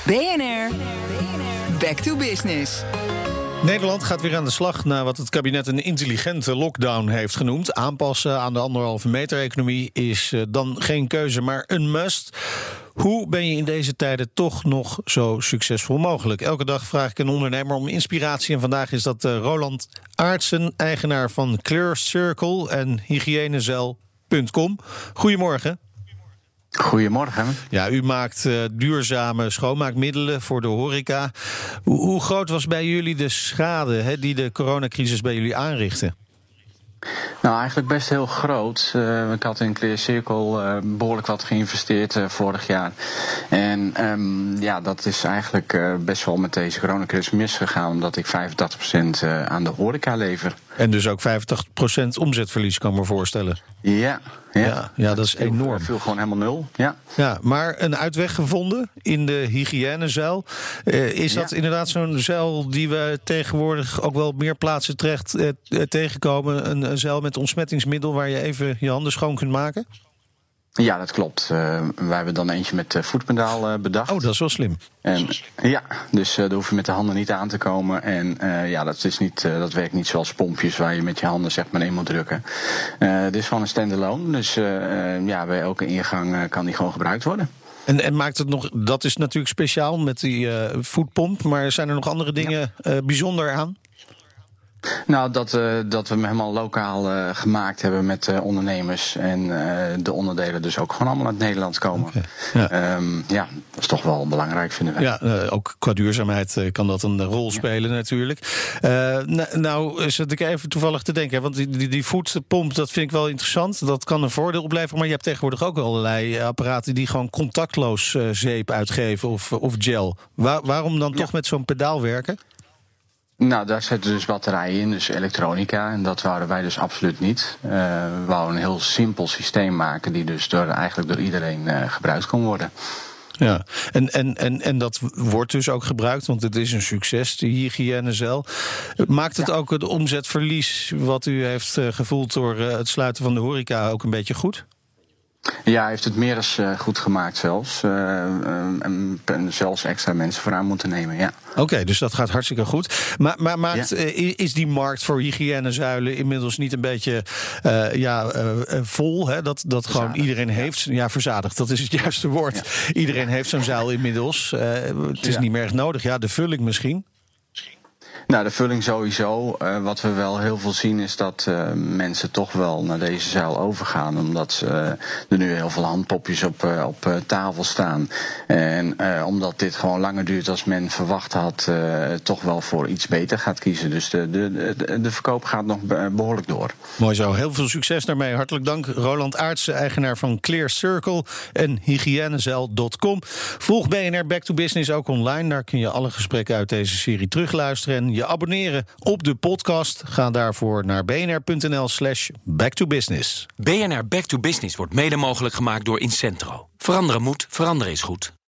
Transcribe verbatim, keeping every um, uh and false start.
B N R, Back to Business. Nederland gaat weer aan de slag na wat het kabinet een intelligente lockdown heeft genoemd. Aanpassen aan de anderhalve meter economie is uh, dan geen keuze, maar een must. Hoe ben je in deze tijden toch nog zo succesvol mogelijk? Elke dag vraag ik een ondernemer om inspiratie. En vandaag is dat uh, Roland Aartsen, eigenaar van Clear Circle en hygiënezeil punt com. Goedemorgen. Goedemorgen. Ja, u maakt uh, duurzame schoonmaakmiddelen voor de horeca. Hoe, hoe groot was bij jullie de schade hè, die de coronacrisis bij jullie aanrichtte? Nou, eigenlijk best heel groot. Uh, ik had in Clear Circle uh, behoorlijk wat geïnvesteerd uh, vorig jaar. En um, ja, dat is eigenlijk uh, best wel met deze coronacrisis misgegaan, omdat ik vijfentachtig procent uh, aan de horeca lever. En dus ook vijfentachtig procent omzetverlies, kan ik me voorstellen. Ja, ja. ja, ja dat is viel, enorm. viel gewoon helemaal nul. Ja. Ja, maar een uitweg gevonden in de hygiënezeil. Uh, is dat ja. inderdaad zo'n zeil die we tegenwoordig ook wel op meer plaatsen terecht uh, tegenkomen? Een, een zeil met ontsmettingsmiddel waar je even je handen schoon kunt maken? Ja, dat klopt. Uh, wij hebben dan eentje met uh, voetpedaal uh, bedacht. Oh, dat is wel slim. En, ja, dus uh, daar hoef je met de handen niet aan te komen. En uh, ja, dat, is niet, uh, dat werkt niet zoals pompjes waar je met je handen zeg maar in moet drukken. Uh, dit is gewoon een standalone. Dus uh, uh, ja, bij elke ingang uh, kan die gewoon gebruikt worden. En, en maakt het nog, dat is natuurlijk speciaal met die uh, voetpomp. Maar zijn er nog andere dingen ja. uh, bijzonder aan? Nou, dat, uh, dat we hem helemaal lokaal uh, gemaakt hebben met uh, ondernemers. En uh, de onderdelen dus ook gewoon allemaal uit Nederland komen. Okay, ja. Um, ja, dat is toch wel belangrijk, vinden wij. Ja, uh, ook qua duurzaamheid uh, kan dat een rol spelen ja. natuurlijk. Uh, n- nou, zat ik even toevallig te denken. Want die, die, die voetpomp, dat vind ik wel interessant. Dat kan een voordeel opleveren. Maar je hebt tegenwoordig ook allerlei apparaten die gewoon contactloos uh, zeep uitgeven of, of gel. Waar, waarom dan ja. toch met zo'n pedaal werken? Nou, daar zitten dus batterijen in, dus elektronica. En dat wouden wij dus absoluut niet. Uh, we wouden een heel simpel systeem maken die dus door, eigenlijk door iedereen uh, gebruikt kon worden. Ja, en, en, en, en dat wordt dus ook gebruikt, want het is een succes, die hygiënezeil. Maakt het ja. ook het omzetverlies wat u heeft uh, gevoeld door uh, het sluiten van de horeca ook een beetje goed? Ja, hij heeft het meer dan uh, goed gemaakt zelfs. Uh, uh, en, en zelfs extra mensen voor aan moeten nemen, ja. Oké, okay, dus dat gaat hartstikke goed. Maar, maar maakt, ja. uh, is die markt voor hygiënezuilen inmiddels niet een beetje uh, ja, uh, vol? Hè? Dat, dat gewoon iedereen heeft... Ja, verzadigd, dat is het juiste woord. Ja. Iedereen heeft zo'n zuil inmiddels. Uh, het is ja. niet meer echt nodig. Ja, de vulling misschien. Nou, de vulling sowieso. Uh, wat we wel heel veel zien is dat uh, mensen toch wel naar deze zeil overgaan. Omdat uh, er nu heel veel handpopjes op, uh, op uh, tafel staan. En uh, omdat dit gewoon langer duurt als men verwacht had, uh, toch wel voor iets beter gaat kiezen. Dus de, de, de, de verkoop gaat nog behoorlijk door. Mooi zo. Heel veel succes daarmee. Hartelijk dank. Roland Aartsen, eigenaar van Clear Circle en hygiënezeil punt com. Volg B N R Back to Business ook online. Daar kun je alle gesprekken uit deze serie terugluisteren. En je abonneren op de podcast. Ga daarvoor naar bnr.nl slash back to business. B N R Back to Business wordt mede mogelijk gemaakt door Incentro. Veranderen moet, veranderen is goed.